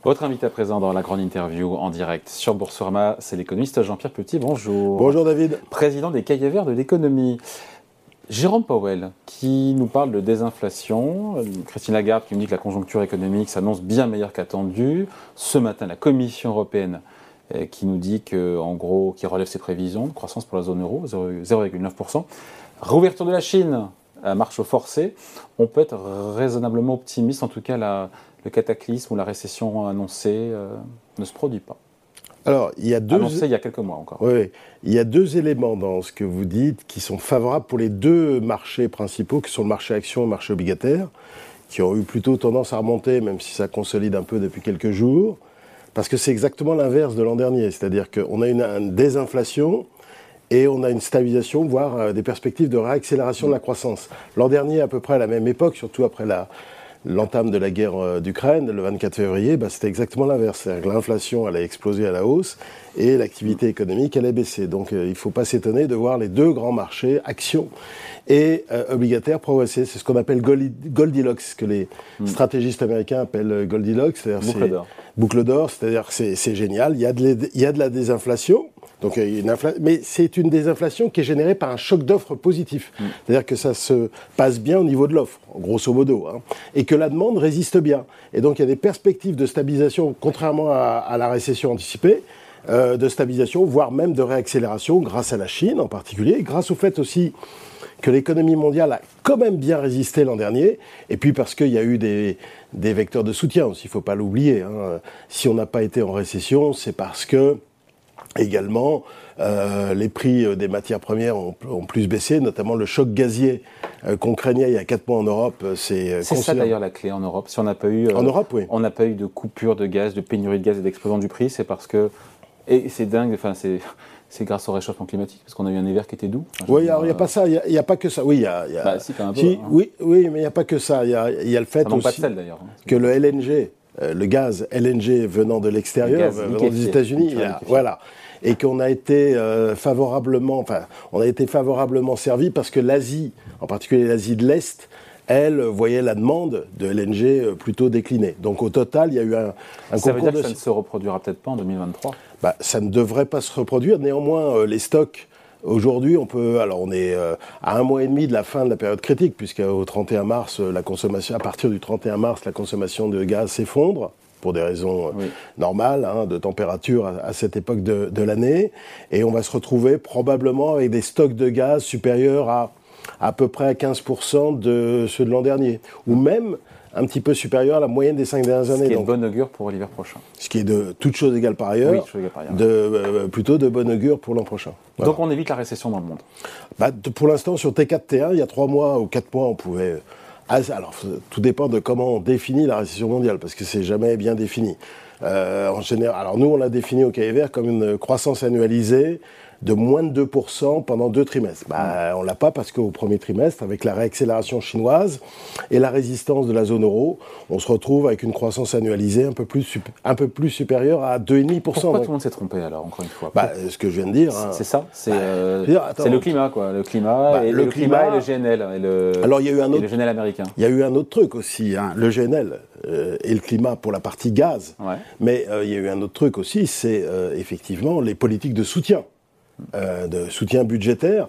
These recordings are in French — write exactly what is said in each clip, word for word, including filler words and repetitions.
Votre invité à présent dans la grande interview en direct sur Boursorama, c'est l'économiste Jean-Pierre Petit. Bonjour. Bonjour David. Président des Cahiers Verts de l'économie. Jérôme Powell qui nous parle de désinflation. Christine Lagarde qui nous dit que la conjoncture économique s'annonce bien meilleure qu'attendue. Ce matin, la Commission européenne qui nous dit que, en gros, qui relève ses prévisions de croissance pour la zone euro, zéro virgule neuf pour cent. Réouverture de la Chine à marche forcée. On peut être raisonnablement optimiste, en tout cas la le cataclysme ou la récession annoncée euh, ne se produit pas. Alors, il y a deux... Annoncé il y a quelques mois encore. Oui, oui. Il y a deux éléments dans ce que vous dites qui sont favorables pour les deux marchés principaux, qui sont le marché action et le marché obligataire, qui ont eu plutôt tendance à remonter, même si ça consolide un peu depuis quelques jours, parce que c'est exactement l'inverse de l'an dernier. C'est-à-dire qu'on a une, une désinflation et on a une stabilisation, voire euh, des perspectives de réaccélération de la croissance. L'an dernier, à peu près à la même époque, surtout après la... l'entame de la guerre d'Ukraine, le vingt-quatre février, bah, c'était exactement l'inverse. C'est-à-dire que l'inflation allait exploser à la hausse et l'activité économique allait baisser. Donc euh, il ne faut pas s'étonner de voir les deux grands marchés, actions et euh, obligataires, progresser. C'est ce qu'on appelle Goldilocks, ce que les mmh. stratégistes américains appellent Goldilocks. C'est-à-dire boucle c'est, d'or. Boucle d'or, c'est-à-dire que c'est, c'est génial. Il y, a de il y a de la désinflation. Donc, il y a une infla... Mais c'est une désinflation qui est générée par un choc d'offres positif. Mmh. C'est-à-dire que ça se passe bien au niveau de l'offre, grosso modo, hein, et que la demande résiste bien. Et donc, il y a des perspectives de stabilisation, contrairement à, à la récession anticipée, euh, de stabilisation, voire même de réaccélération, grâce à la Chine en particulier, grâce au fait aussi que l'économie mondiale a quand même bien résisté l'an dernier, et puis parce qu'il y a eu des, des vecteurs de soutien aussi, il ne faut pas l'oublier. Hein. Si on n'a pas été en récession, c'est parce que également, euh, les prix des matières premières ont, ont plus baissé, notamment le choc gazier euh, qu'on craignait il y a quatre mois en Europe. C'est, c'est ça d'ailleurs la clé en Europe. Si on n'a pas eu, euh, en Europe, oui. on n'a pas eu de coupure de gaz, de pénurie de gaz et d'explosion du prix, c'est parce que, et c'est dingue, enfin c'est, c'est grâce au réchauffement climatique, parce qu'on a eu un hiver qui était doux. Enfin, oui, alors il n'y a pas ça, il n'y a, a pas que ça. Oui, il y a, y a bah, si, quand même un peu, si, hein. oui, oui, mais il n'y a pas que ça. Il y a, y a le fait ça manque aussi pas de sel, d'ailleurs, hein. que le L N G, euh, le gaz L N G venant de l'extérieur, venant des États-Unis, il y a, voilà. Et qu'on a été euh, favorablement, enfin, on a été favorablement servi parce que l'Asie, en particulier l'Asie de l'Est, elle voyait la demande de L N G plutôt décliner. Donc au total, il y a eu un, un ça concours veut dire de... que ça ne se reproduira peut-être pas en deux mille vingt-trois. Bah, ça ne devrait pas se reproduire. Néanmoins, euh, les stocks aujourd'hui, on peut, alors on est euh, à un mois et demi de la fin de la période critique, puisqu'au trente et un mars, la consommation, à partir du trente et un mars, la consommation de gaz s'effondre, pour des raisons oui. normales, hein, de température à, à cette époque de, de l'année. Et on va se retrouver probablement avec des stocks de gaz supérieurs à à peu près à quinze pour cent de ceux de l'an dernier. Ou même un petit peu supérieur à la moyenne des cinq dernières années. Ce qui est donc, de bon augure pour l'hiver prochain. Ce qui est de toute chose égale par ailleurs, oui, chose égale par ailleurs. De, euh, plutôt de bon augure pour l'an prochain. Voilà. Donc on évite la récession dans le monde. Bah, de, pour l'instant, sur T quatre T un, il y a trois mois ou quatre mois, on pouvait... Alors, tout dépend de comment on définit la récession mondiale, parce que c'est jamais bien défini. Euh, en général, alors nous, on l'a défini au Cahiers Verts comme une croissance annualisée de moins de deux pour cent pendant deux trimestres. Bah, on ne l'a pas parce qu'au premier trimestre, avec la réaccélération chinoise et la résistance de la zone euro, on se retrouve avec une croissance annualisée un peu plus, un peu plus supérieure à deux virgule cinq pour cent. Pourquoi donc, tout le monde s'est trompé alors, encore une fois bah, ce que je viens de dire. C'est, hein. c'est ça, c'est, bah, euh, dire, attends, c'est le climat, quoi. Le climat, bah, et le, le climat, climat et le G N L. Et le, alors, il y a eu un autre, et le G N L américain. Il y a eu un autre truc aussi, hein, le G N L euh, et le climat pour la partie gaz. Ouais. Mais euh, il y a eu un autre truc aussi, c'est euh, effectivement les politiques de soutien. Euh, de soutien budgétaire.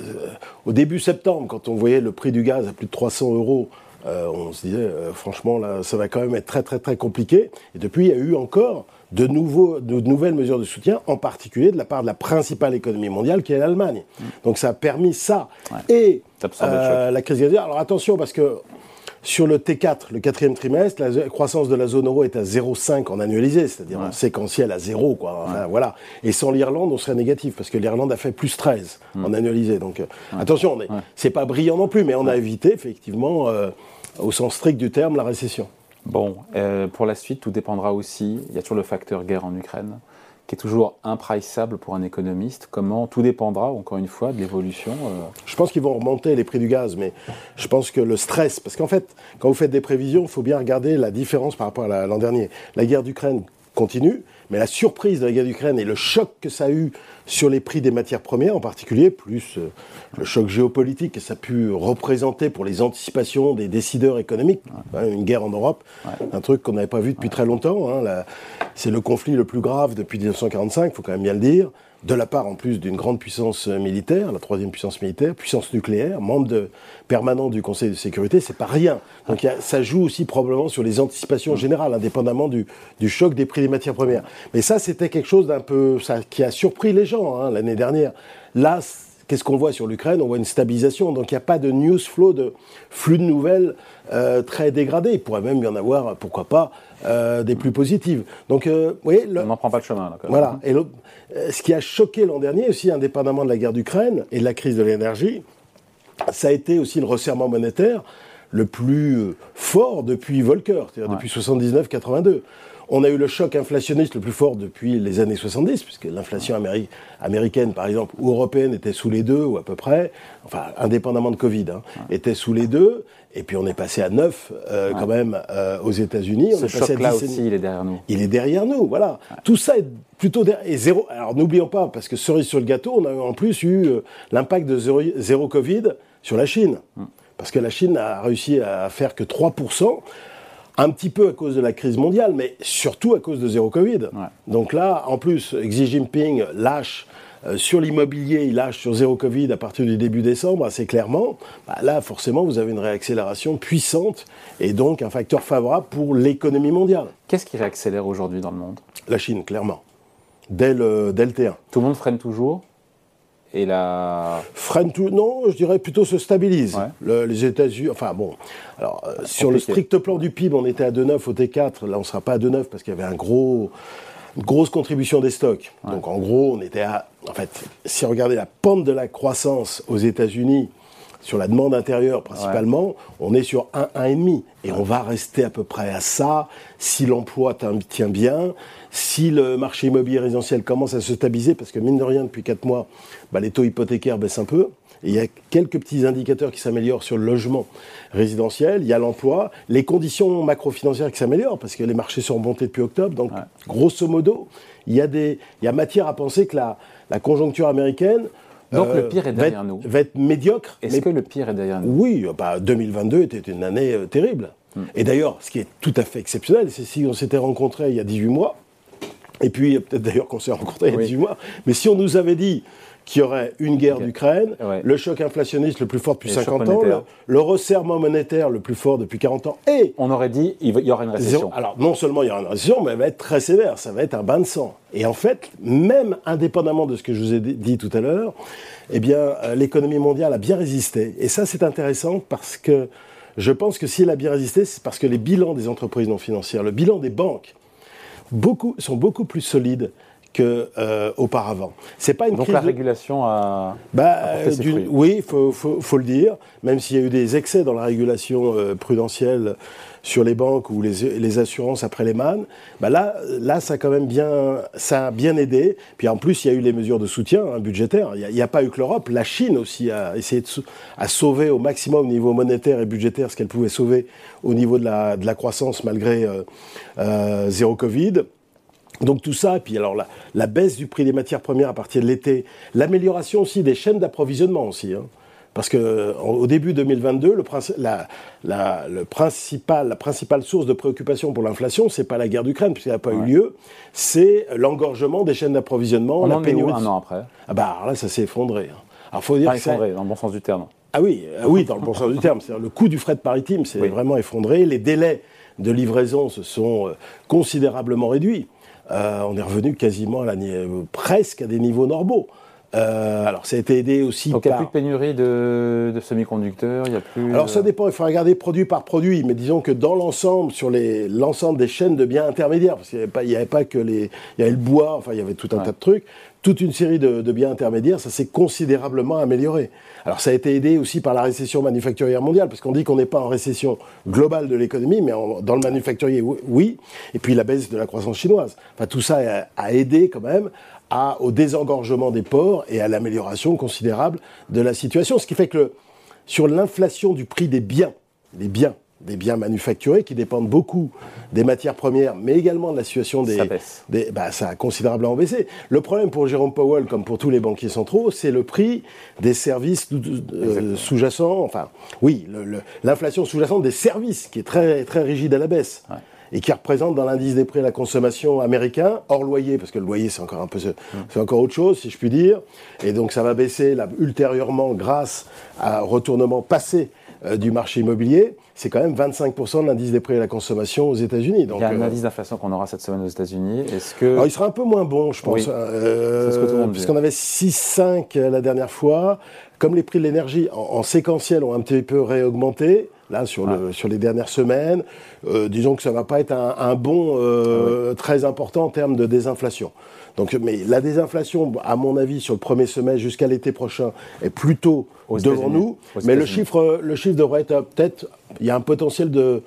Au début septembre, quand on voyait le prix du gaz à plus de trois cents euros, euh, on se disait, euh, franchement, là, ça va quand même être très, très, très compliqué. Et depuis, il y a eu encore de, nouveaux, de nouvelles mesures de soutien, en particulier de la part de la principale économie mondiale, qui est l'Allemagne. Mmh. Donc, ça a permis ça. Ouais. Et euh, la crise gazière. Alors, attention, parce que sur le T quatre, le quatrième trimestre, la croissance de la zone euro est à zéro virgule cinq en annualisé, c'est-à-dire ouais. en séquentiel à zéro, quoi. Enfin, ouais. voilà. Et sans l'Irlande, on serait négatif, parce que l'Irlande a fait plus treize mmh. en annualisé. Donc, euh, ouais. attention, on est, ouais. c'est pas brillant non plus, mais on ouais. a évité, effectivement, euh, au sens strict du terme, la récession. Bon, euh, pour la suite, tout dépendra aussi, il y a toujours le facteur guerre en Ukraine, qui est toujours impriçable pour un économiste. Comment tout dépendra, encore une fois, de l'évolution euh... Je pense qu'ils vont remonter les prix du gaz, mais je pense que le stress... Parce qu'en fait, quand vous faites des prévisions, il faut bien regarder la différence par rapport à la, l'an dernier. La guerre d'Ukraine continue, mais la surprise de la guerre d'Ukraine et le choc que ça a eu sur les prix des matières premières en particulier, plus euh, le choc géopolitique que ça a pu représenter pour les anticipations des décideurs économiques, ouais. hein, une guerre en Europe, ouais. un truc qu'on n'avait pas vu depuis ouais. très longtemps, hein, la, c'est le conflit le plus grave depuis dix-neuf cent quarante-cinq, il faut quand même bien le dire, de la part en plus d'une grande puissance militaire, la troisième puissance militaire, puissance nucléaire, membre de, permanent du Conseil de sécurité, c'est pas rien. Donc y a, ça joue aussi probablement sur les anticipations générales, indépendamment du, du choc des prix des matières premières. Mais ça, c'était quelque chose d'un peu, ça, qui a surpris les gens hein, l'année dernière. Là, qu'est-ce qu'on voit sur l'Ukraine ? On voit une stabilisation, donc il n'y a pas de news flow, de flux de nouvelles euh, très dégradé. Il pourrait même y en avoir, pourquoi pas, euh, des plus positives. Donc, euh, vous voyez, le, on n'en prend pas le chemin. Là, quand même. Voilà. Et le, euh, ce qui a choqué l'an dernier aussi, indépendamment de la guerre d'Ukraine et de la crise de l'énergie, ça a été aussi le resserrement monétaire le plus fort depuis Volcker, c'est-à-dire ouais. depuis soixante-dix-neuf quatre-vingt-deux. On a eu le choc inflationniste le plus fort depuis les années soixante-dix, puisque l'inflation améri- américaine, par exemple, ou européenne, était sous les deux, ou à peu près, enfin, indépendamment de Covid, hein, ouais. était sous les deux, et puis on est passé à neuf, euh, ouais. quand même, euh, aux États-Unis. Ce on est passé choc-là à dix, aussi, il est derrière nous. Il est derrière nous, voilà. Ouais. Tout ça est plutôt derrière. Et zéro. Alors, n'oublions pas, parce que cerise sur le gâteau, on a en plus eu euh, l'impact de zéro, zéro Covid sur la Chine. Mm. Parce que la Chine a réussi à faire que trois pour cent, un petit peu à cause de la crise mondiale, mais surtout à cause de zéro Covid. Ouais. Donc là, en plus, Xi Jinping lâche euh, sur l'immobilier, il lâche sur zéro Covid à partir du début décembre, assez clairement. Bah là, forcément, vous avez une réaccélération puissante et donc un facteur favorable pour l'économie mondiale. Qu'est-ce qui réaccélère aujourd'hui dans le monde ? La Chine, clairement. Dès le, dès le T un. Tout le monde freine toujours ? Et la... Freine tout, non, je dirais plutôt se stabilise. Ouais. Le, les États-Unis, enfin bon, alors euh, sur le strict plan du P I B, on était à deux virgule neuf au T quatre, là on ne sera pas à deux virgule neuf parce qu'il y avait un gros, une grosse contribution des stocks. Ouais. Donc en gros, on était à, en fait, si on regardait la pente de la croissance aux États-Unis, sur la demande intérieure principalement, ouais. on est sur un, un virgule cinq. Et ouais. on va rester à peu près à ça si l'emploi tient bien, si le marché immobilier résidentiel commence à se stabiliser, parce que mine de rien, depuis quatre mois, bah, les taux hypothécaires baissent un peu. Et il y a quelques petits indicateurs qui s'améliorent sur le logement résidentiel, il y a l'emploi, les conditions macro-financières qui s'améliorent, parce que les marchés sont remontés depuis octobre. Donc, ouais. grosso modo, il y a des, il y a matière à penser que la, la conjoncture américaine Donc euh, le pire est derrière va être, nous. Va être médiocre. Est-ce mais... que le pire est derrière nous ? Oui, bah, deux mille vingt-deux était une année euh, terrible. Hmm. Et d'ailleurs, ce qui est tout à fait exceptionnel, c'est si on s'était rencontrés il y a dix-huit mois, et puis peut-être d'ailleurs qu'on s'est rencontrés il y a oui. dix-huit mois, mais si on nous avait dit qu'il y aurait une guerre okay. d'Ukraine, ouais. le choc inflationniste le plus fort depuis et cinquante ans, le, le resserrement monétaire le plus fort depuis quarante ans, et... On aurait dit il y aura une récession. Zéro, alors non seulement il y aura une récession, mais elle va être très sévère, ça va être un bain de sang. Et en fait, même indépendamment de ce que je vous ai dit tout à l'heure, eh bien, euh, l'économie mondiale a bien résisté. Et ça, c'est intéressant parce que je pense que si elle a bien résisté, c'est parce que les bilans des entreprises non financières, le bilan des banques, beaucoup, sont beaucoup plus solides qu'auparavant. Euh, c'est pas une Donc crise la de... régulation a bah, apporté ses fruits. Oui, il faut, faut, faut le dire, même s'il y a eu des excès dans la régulation euh, prudentielle sur les banques ou les, les assurances après Lehman, bah là, là ça, a quand même bien, ça a bien aidé. Puis en plus, il y a eu les mesures de soutien hein, budgétaire. Il n'y a, a pas eu que l'Europe. La Chine aussi a essayé de a sauver au maximum au niveau monétaire et budgétaire ce qu'elle pouvait sauver au niveau de la, de la croissance malgré euh, euh, zéro Covid. Donc tout ça, et puis alors la, la baisse du prix des matières premières à partir de l'été, l'amélioration aussi des chaînes d'approvisionnement aussi, hein, parce que au début deux mille vingt-deux, le, la, la, le principal, la principale source de préoccupation pour l'inflation, c'est pas la guerre d'Ukraine, puisqu'elle n'a pas ouais. eu lieu, c'est l'engorgement des chaînes d'approvisionnement. On la en pénurie est où un an après ? Ah bah alors là, ça s'est effondré. Hein. Alors faut dire pas effondré, dans le bon sens du terme. Ah oui, ah oui, dans le bon sens du terme. C'est-à-dire le coût du fret maritime s'est oui. vraiment effondré. Les délais de livraison se sont euh, considérablement réduits. Euh, on est revenu quasiment à la, euh, presque à des niveaux normaux. Euh, alors ça a été aidé aussi Donc par... il n'y a plus de pénurie de, de semi-conducteurs, il y a plus... Alors ça dépend, il faut regarder produit par produit, mais disons que dans l'ensemble, sur les, l'ensemble des chaînes de biens intermédiaires, parce qu'il n'y avait pas, il n'y avait pas que les... Il y avait le bois, enfin il y avait tout un ouais. tas de trucs, toute une série de, de biens intermédiaires, ça s'est considérablement amélioré. Alors ça a été aidé aussi par la récession manufacturière mondiale, parce qu'on dit qu'on n'est pas en récession globale de l'économie, mais en, dans le manufacturier, oui, et puis la baisse de la croissance chinoise. Enfin tout ça a, a aidé quand même à, au désengorgement des ports et à l'amélioration considérable de la situation. Ce qui fait que le, sur l'inflation du prix des biens, les biens, des biens manufacturés qui dépendent beaucoup des matières premières, mais également de la situation des... Ça baisse. Des, bah, ça a considérablement baissé. Le problème pour Jérôme Powell, comme pour tous les banquiers centraux, c'est le prix des services euh, sous-jacents. Enfin, oui, le, le, l'inflation sous-jacente des services, qui est très, très rigide à la baisse. Ouais. Et qui représente dans l'indice des prix à la consommation américain, hors loyer, parce que le loyer c'est encore un peu, c'est encore autre chose, si je puis dire. Et donc ça va baisser là, ultérieurement grâce à un retournement passé euh, du marché immobilier. C'est quand même vingt-cinq pour cent de l'indice des prix à la consommation aux États-Unis. Donc, il y a un euh, indice d'inflation qu'on aura cette semaine aux États-Unis. Est-ce que alors, il sera un peu moins bon, je pense, oui. euh, c'est ce que tout le monde puisqu'on dit. avait six virgule cinq la dernière fois. Comme les prix de l'énergie en, en séquentiel ont un petit peu réaugmenté. Là, sur, ouais. le, sur les dernières semaines, euh, disons que ça ne va pas être un, un bond euh, oui. très important en termes de désinflation. Donc, mais la désinflation, à mon avis, sur le premier semestre jusqu'à l'été prochain, est plutôt Aux devant nous. Aux mais le chiffre, le chiffre devrait être peut-être... Il y a un potentiel de...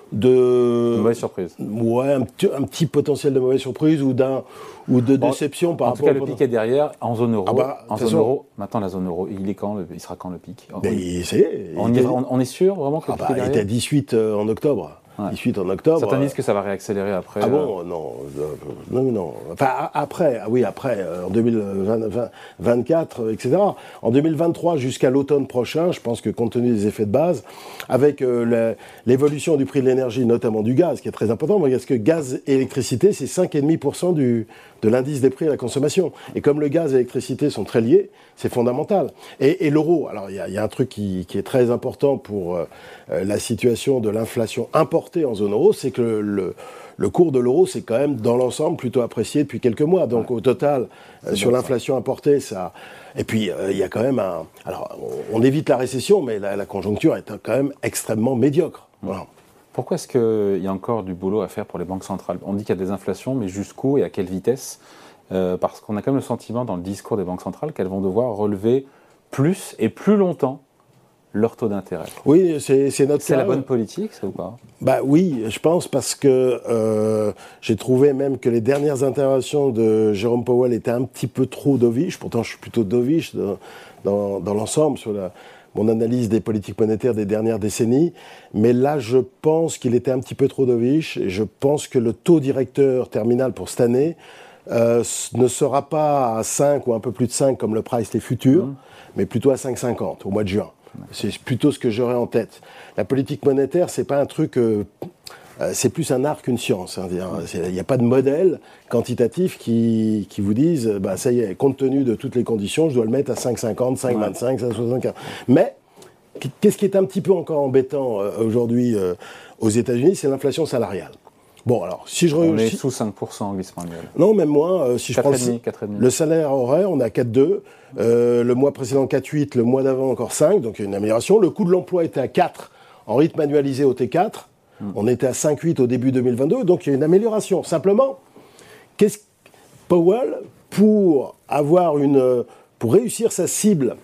de mauvaise surprise. Ouais, un petit, un petit potentiel de mauvaise surprise ou, d'un, ou de bon, déception par en rapport tout cas, le pic est derrière, en zone euro. Ah bah, en zone euro. Maintenant, la zone euro, il est quand le, il sera quand le pic Mais on, il, c'est, on, il est, on, on est sûr vraiment que ah le pic bah, est derrière. Il était à dix-huit euh, en octobre. Ouais. dix-huit en octobre. Certains disent que ça va réaccélérer après. Ah bon euh... Non, euh, non, non. Enfin, après, ah oui, après, euh, en deux mille vingt-quatre, et cetera. En deux mille vingt-trois, jusqu'à l'automne prochain, je pense que compte tenu des effets de base, avec euh, la, l'évolution du prix de l'énergie, notamment du gaz, qui est très important, parce que gaz et électricité, c'est cinq virgule cinq pour cent du, de l'indice des prix à la consommation. Et comme le gaz et l'électricité sont très liés, c'est fondamental. Et, et l'euro, alors il y, y a un truc qui, qui est très important pour euh, la situation de l'inflation importée en zone euro, c'est que le, le, le cours de l'euro, c'est quand même dans l'ensemble plutôt apprécié depuis quelques mois. Donc ouais. au total, euh, sur l'inflation ça. importée, ça... Et puis, il euh, y a quand même un... Alors, on, on évite la récession, mais la, la conjoncture est quand même extrêmement médiocre. Voilà. Pourquoi est-ce qu'il y a encore du boulot à faire pour les banques centrales ? On dit qu'il y a des inflations, mais jusqu'où et à quelle vitesse ? euh, Parce qu'on a quand même le sentiment dans le discours des banques centrales qu'elles vont devoir relever plus et plus longtemps leur taux d'intérêt. Oui, c'est, c'est notre C'est cas. La bonne politique, ça ou pas ? Bah oui, je pense parce que euh, j'ai trouvé même que les dernières interventions de Jérôme Powell étaient un petit peu trop dovish. Pourtant, je suis plutôt dovish dans, dans, dans l'ensemble sur la... mon analyse des politiques monétaires des dernières décennies, mais là, je pense qu'il était un petit peu trop dovish, et je pense que le taux directeur terminal pour cette année euh, ne sera pas à cinq ou un peu plus de cinq comme le price les futurs, mmh. mais plutôt à cinq virgule cinquante au mois de juin. Mmh. C'est plutôt ce que j'aurais en tête. La politique monétaire, c'est pas un truc... Euh, c'est plus un art qu'une science. Il n'y a pas de modèle quantitatif qui, qui vous dise bah, ça y est, compte tenu de toutes les conditions, je dois le mettre à cinq virgule cinquante, cinq virgule vingt-cinq, cinq virgule soixante-quinze. Mais qu'est-ce qui est un petit peu encore embêtant euh, aujourd'hui euh, aux États-Unis, c'est l'inflation salariale. Bon, alors, si je... On est si, sous cinq pour cent en glissement annuel. Non, même moins. Euh, si je prends le, quatre virgule cinq. Le salaire horaire, on est à quatre virgule deux. Euh, le mois précédent, quatre virgule huit. Le mois d'avant, encore cinq. Donc, il y a une amélioration. Le coût de l'emploi était à quatre en rythme annualisé au T quatre. On était à cinq virgule huit au début deux mille vingt-deux, donc il y a une amélioration. Simplement, qu'est-ce Powell, pour avoir une, pour réussir sa cible,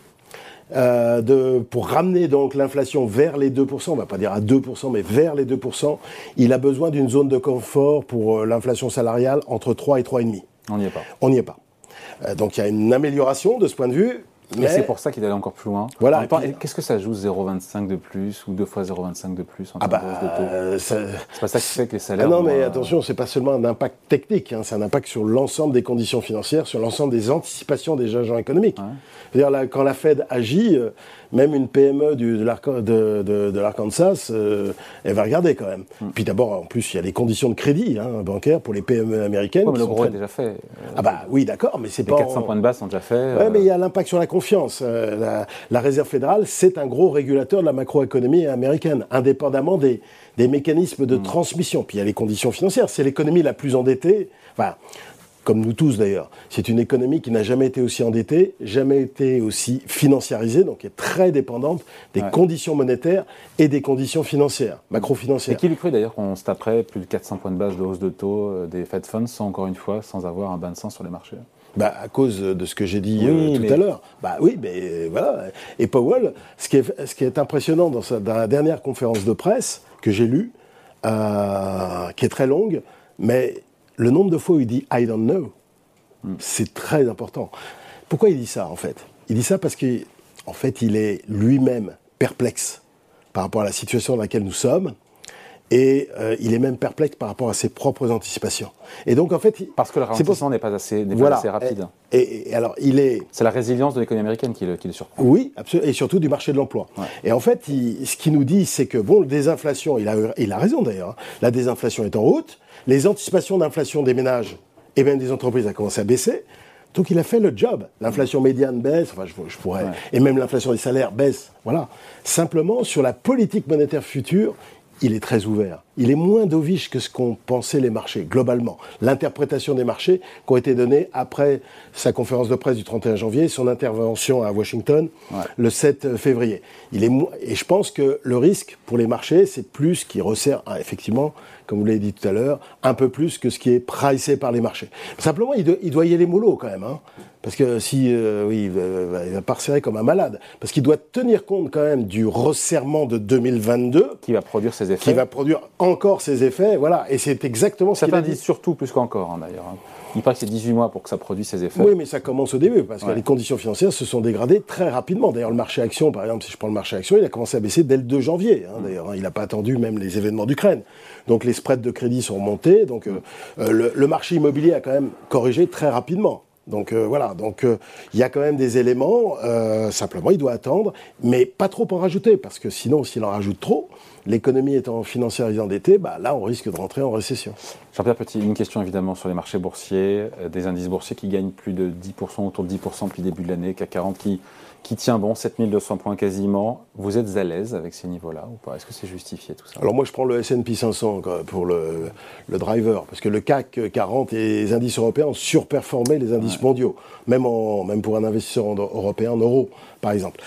euh, de, pour ramener donc l'inflation vers les deux pour cent, on ne va pas dire à deux pour cent, mais vers les deux pour cent, il a besoin d'une zone de confort pour euh, l'inflation salariale entre trois et trois virgule cinq. On n'y est pas. On n'y est pas. Euh, donc il y a une amélioration de ce point de vue. Mais et c'est pour ça qu'il est allé encore plus loin. Voilà. Temps, puis, qu'est-ce que ça joue zéro virgule vingt-cinq de plus ou deux fois zéro virgule vingt-cinq de plus en ah termes bah, de hausse de taux euh, ça, C'est pas ça qui fait que les salaires... Ah non, mais euh... attention, c'est pas seulement un impact technique, hein, c'est un impact sur l'ensemble des conditions financières, sur l'ensemble des anticipations des agents économiques. Ouais. C'est-à-dire, là, quand la Fed agit, euh, même une P M E du, de, l'Ark- de, de, de l'Arkansas, euh, elle va regarder quand même. Mm. Puis d'abord, en plus, il y a les conditions de crédit hein, bancaire pour les P M E américaines. Ouais, mais le gros très... est déjà fait. Euh, ah bah oui, d'accord, mais c'est les pas... Les quatre cents en... points de base sont déjà faits. Ouais, euh... mais il y a l'impact sur la confiance. Euh, la, la Réserve fédérale, c'est un gros régulateur de la macroéconomie américaine, indépendamment des, des mécanismes de mmh. transmission. Puis il y a les conditions financières. C'est l'économie la plus endettée, enfin, comme nous tous d'ailleurs. C'est une économie qui n'a jamais été aussi endettée, jamais été aussi financiarisée, donc est très dépendante des ouais. conditions monétaires et des conditions financières, macro-financières. Et qui lui cru d'ailleurs qu'on se taperait plus de quatre cents points de base de hausse de taux euh, des Fed Funds, sans, encore une fois, sans avoir un bain de sang sur les marchés? Bah, à cause de ce que j'ai dit oui, euh, tout mais... à l'heure. Bah oui, mais voilà. Et Powell, ce qui est, ce qui est impressionnant dans, sa, dans la dernière conférence de presse que j'ai lue, euh, qui est très longue, mais le nombre de fois où il dit « I don't know mm. », c'est très important. Pourquoi il dit ça, en fait ? Il dit ça parce qu'en fait, il est lui-même perplexe par rapport à la situation dans laquelle nous sommes. Et euh, il est même perplexe par rapport à ses propres anticipations. Et donc, en fait, parce que le ralentissement n'est pas assez, n'est voilà. pas assez rapide. Et, et, et alors, il est. C'est la résilience de l'économie américaine qui le, qui le surprend. Oui, absolument, et surtout du marché de l'emploi. Ouais. Et en fait, il, ce qu'il nous dit, c'est que bon, la désinflation, il a, il a raison d'ailleurs. Hein, la désinflation est en route. Les anticipations d'inflation des ménages et même des entreprises a commencé à baisser. Donc, il a fait le job. L'inflation médiane baisse. Enfin, je, je pourrais. Ouais. Et même l'inflation des salaires baisse. Voilà. Simplement, sur la politique monétaire future, il est très ouvert. Il est moins dovish que ce qu'ont pensé les marchés, globalement. L'interprétation des marchés qui ont été données après sa conférence de presse du trente et un janvier, son intervention à Washington, ouais. le sept février. Il est mo- et je pense que le risque pour les marchés, c'est plus qu'il resserre, ah, effectivement, comme vous l'avez dit tout à l'heure, un peu plus que ce qui est pricé par les marchés. Simplement, il, de, il doit y aller mollo quand même, hein. Parce que si, euh, oui, il va, il va pas resserrer comme un malade. Parce qu'il doit tenir compte quand même du resserrement de deux mille vingt-deux. Qui va produire ses effets. Qui va produire encore ses effets, voilà. Et c'est exactement ce qu'il a dit. Certains disent surtout plus qu'encore, hein, d'ailleurs. Il paraît que c'est dix-huit mois pour que ça produise ses effets. Oui, mais ça commence au début, parce ouais. que les conditions financières se sont dégradées très rapidement. D'ailleurs, le marché action, par exemple, si je prends le marché action, il a commencé à baisser dès le deux janvier. Hein, mmh. D'ailleurs, hein, il n'a pas attendu même les événements d'Ukraine. Donc les spreads de crédit sont remontés. Donc euh, euh, le, le marché immobilier a quand même corrigé très rapidement. Donc euh, voilà, donc il euh, y a quand même des éléments, euh, simplement il doit attendre, mais pas trop en rajouter, parce que sinon, s'il en rajoute trop, l'économie étant financière et endettée, bah, là on risque de rentrer en récession. Jean-Pierre Petit, une question évidemment sur les marchés boursiers, euh, des indices boursiers qui gagnent plus de dix pour cent, autour de dix pour cent depuis le début de l'année, C A C quarante qui, qui tient bon, sept mille deux cents points quasiment. Vous êtes à l'aise avec ces niveaux-là ou pas? Est-ce que c'est justifié tout ça? Alors moi je prends le S and P cinq cents pour le, le driver, parce que le C A C quarante et les indices européens ont surperformé les indices ouais. mondiaux, même, en, même pour un investisseur en, européen en euros par exemple.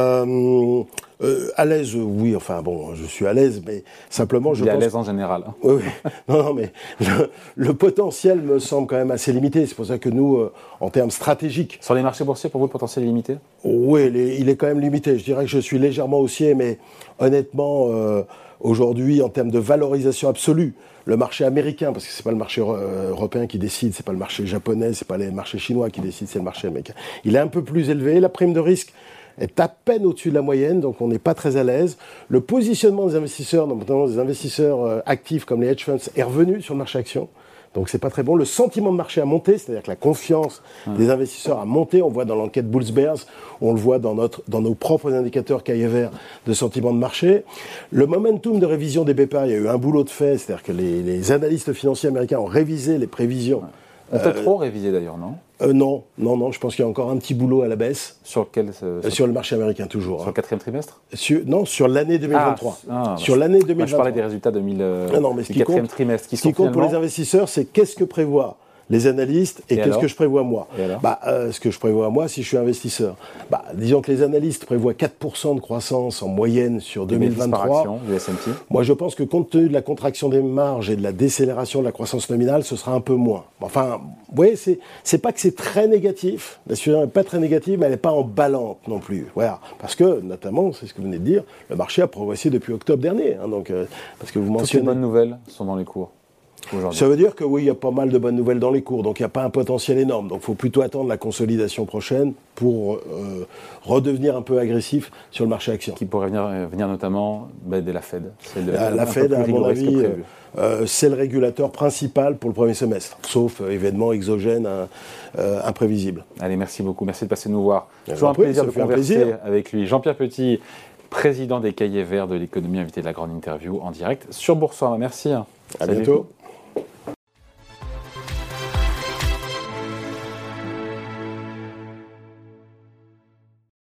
Euh, Euh, à l'aise, oui, enfin bon, je suis à l'aise, mais simplement je Il est pense... à l'aise en général. Hein. Oui, oui. Non, non, mais le, le potentiel me semble quand même assez limité. C'est pour ça que nous, euh, en termes stratégiques... Sur les marchés boursiers, pour vous, le potentiel est limité? Oui, il est, il est quand même limité. Je dirais que je suis légèrement haussier, mais honnêtement, euh, aujourd'hui, en termes de valorisation absolue, le marché américain, parce que c'est pas le marché euh, européen qui décide, c'est pas le marché japonais, c'est pas les marchés chinois qui décident, c'est le marché américain. Il est un peu plus élevé. La prime de risque est à peine au-dessus de la moyenne, donc on n'est pas très à l'aise. Le positionnement des investisseurs, notamment des investisseurs euh, actifs comme les hedge funds, est revenu sur le marché action. Donc c'est pas très bon. Le sentiment de marché a monté, c'est-à-dire que la confiance mmh. des investisseurs a monté. On voit dans l'enquête Bulls Bears, on le voit dans, notre, dans nos propres indicateurs K I V R de sentiment de marché. Le momentum de révision des B P A, il y a eu un boulot de fait, c'est-à-dire que les, les analystes financiers américains ont révisé les prévisions. Ouais. Peut-être euh, trop révisé d'ailleurs, non euh, Non, non, non. Je pense qu'il y a encore un petit boulot à la baisse. Sur lequel ce, sur, sur le marché américain toujours. Sur hein. le quatrième trimestre sur, Non, sur l'année deux mille vingt-trois. Ah, ah, sur l'année deux mille vingt-trois. Moi, je parlais des résultats deux mille, euh, ah non, mais ce du qui quatrième compte, trimestre. Qui ce qui compte finalement... pour les investisseurs, c'est qu'est-ce que prévoient les analystes et, et qu'est-ce que je prévois moi. bah, euh, Ce que je prévois moi si je suis investisseur. Bah, disons que les analystes prévoient quatre pour cent de croissance en moyenne sur deux mille vingt-trois. Par action, du S and P. Moi je pense que compte tenu de la contraction des marges et de la décélération de la croissance nominale, ce sera un peu moins. Enfin, vous voyez, c'est, c'est pas que c'est très négatif. La situation n'est pas très négative, mais elle n'est pas en balance non plus. Voilà. Parce que, notamment, c'est ce que vous venez de dire, le marché a progressé depuis octobre dernier. Hein, donc, euh, parce que vous mentionnez... Toutes les bonnes nouvelles sont dans les cours. Ça veut dire que oui, il y a pas mal de bonnes nouvelles dans les cours, donc il n'y a pas un potentiel énorme. Donc il faut plutôt attendre la consolidation prochaine pour euh, redevenir un peu agressif sur le marché action. Qui pourrait venir, venir notamment bah, dès la Fed. C'est le, la, la Fed, à mon avis, euh, c'est le régulateur principal pour le premier semestre, sauf euh, événement exogène euh, euh, imprévisible. Allez, merci beaucoup. Merci de passer nous voir. Toujours un plaisir de converser avec lui. Jean-Pierre Petit, président des Cahiers Verts de l'économie, invité de la grande interview en direct sur Boursorama. Merci. À Salut. Bientôt.